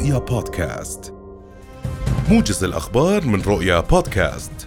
رؤيا بودكاست، موجز الأخبار من رؤيا بودكاست.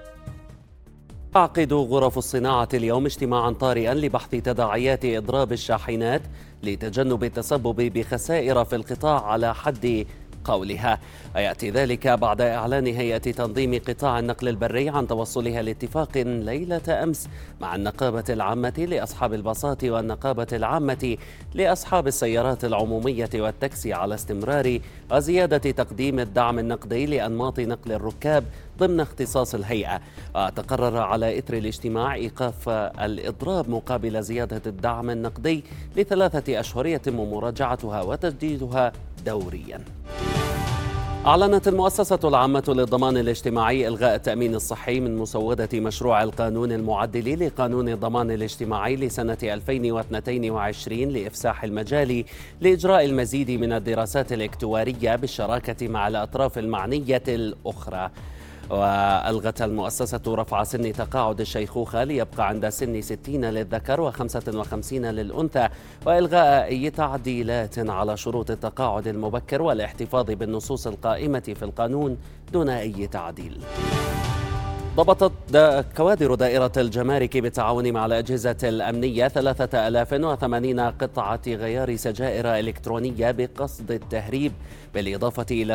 تعقد غرف الصناعة اليوم اجتماعا طارئا لبحث تداعيات إضراب الشاحنات لتجنب التسبب بخسائر في القطاع على حد قولها. يأتي ذلك بعد إعلان هيئة تنظيم قطاع النقل البري عن توصلها لاتفاق ليلة أمس مع النقابة العامة لأصحاب الباصات والنقابة العامة لأصحاب السيارات العمومية والتاكسي على استمرار وزيادة تقديم الدعم النقدي لأنماط نقل الركاب ضمن اختصاص الهيئة. تقرر على إثر الاجتماع إيقاف الإضراب مقابل زيادة الدعم النقدي ل3 أشهر يتم مراجعتها وتجديدها دوريا. أعلنت المؤسسة العامة للضمان الاجتماعي إلغاء التأمين الصحي من مسودة مشروع القانون المعدل لقانون الضمان الاجتماعي لسنة 2022 لإفساح المجال لإجراء المزيد من الدراسات الاكتوارية بالشراكة مع الأطراف المعنية الأخرى. وألغت المؤسسة رفع سن تقاعد الشيخوخة ليبقى عند سن 60 للذكر و55 للأنثى، وإلغاء أي تعديلات على شروط التقاعد المبكر والاحتفاظ بالنصوص القائمة في القانون دون أي تعديل. ضبطت كوادر دائرة الجمارك بالتعاون مع الأجهزة الأمنية 3080 قطعة غيار سجائر إلكترونية بقصد التهريب، بالإضافة إلى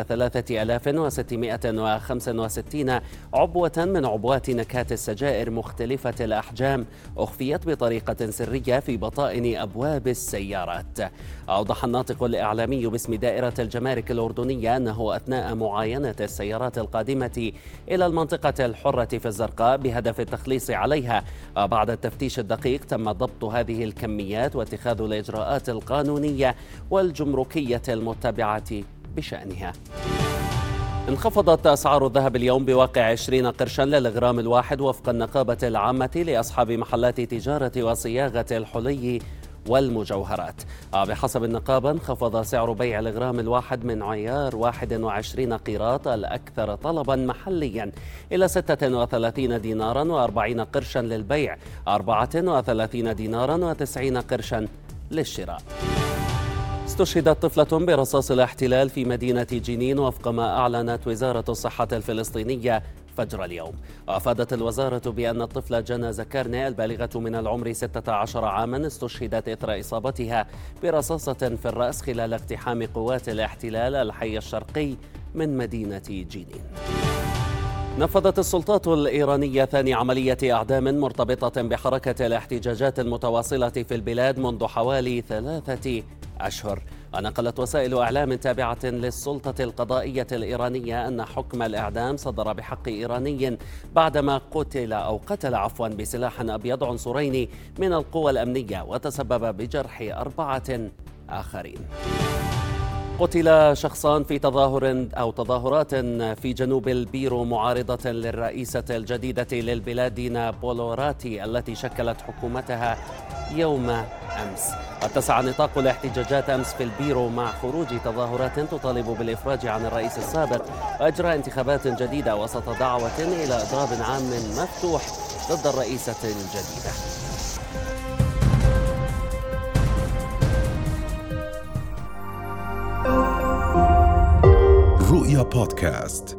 3665 عبوة من عبوات نكهات السجائر مختلفة الأحجام أخفيت بطريقة سرية في بطائن أبواب السيارات. أوضح الناطق الإعلامي باسم دائرة الجمارك الأردنية أنه أثناء معاينة السيارات القادمة إلى المنطقة الحرة في الزرقاء بهدف التخليص عليها بعد التفتيش الدقيق تم ضبط هذه الكميات واتخاذ الإجراءات القانونية والجمركية المتبعة بشأنها. انخفضت أسعار الذهب اليوم بواقع 20 قرشا للغرام الواحد وفق النقابة العامة لأصحاب محلات تجارة وصياغة الحلي والمجوهرات. بحسب النقابة انخفض سعر بيع الغرام الواحد من عيار 21 قيراط الأكثر طلبا محليا إلى 36 دينارا و40 قرشا للبيع، 34 دينارا و90 قرشا للشراء. استشهدت طفلة برصاص الاحتلال في مدينة جنين وفق ما أعلنت وزارة الصحة الفلسطينية فجر اليوم. وأفادت الوزارة بأن الطفلة جنى زكرني البالغة من العمر 16 عاما استشهدت إثر إصابتها برصاصة في الرأس خلال اقتحام قوات الاحتلال الحي الشرقي من مدينة جنين. نفذت السلطات الإيرانية ثاني عملية إعدام مرتبطة بحركة الاحتجاجات المتواصلة في البلاد منذ حوالي 3 أشهر. ونقلت وسائل إعلام تابعة للسلطة القضائية الإيرانية أن حكم الإعدام صدر بحق إيراني بعدما قتل بسلاح أبيض عنصرين من القوى الأمنية وتسبب بجرح 4 آخرين. قتل شخصان في تظاهرات في جنوب البيرو معارضة للرئيسة الجديدة للبلاد دينا بولوراتي التي شكلت حكومتها يوم أمس. اتسع نطاق الاحتجاجات أمس في البيرو مع خروج تظاهرات تطالب بالإفراج عن الرئيس السابق وإجراء انتخابات جديدة وسط دعوة إلى إضراب عام مفتوح ضد الرئيسة الجديدة. رؤيا بودكاست.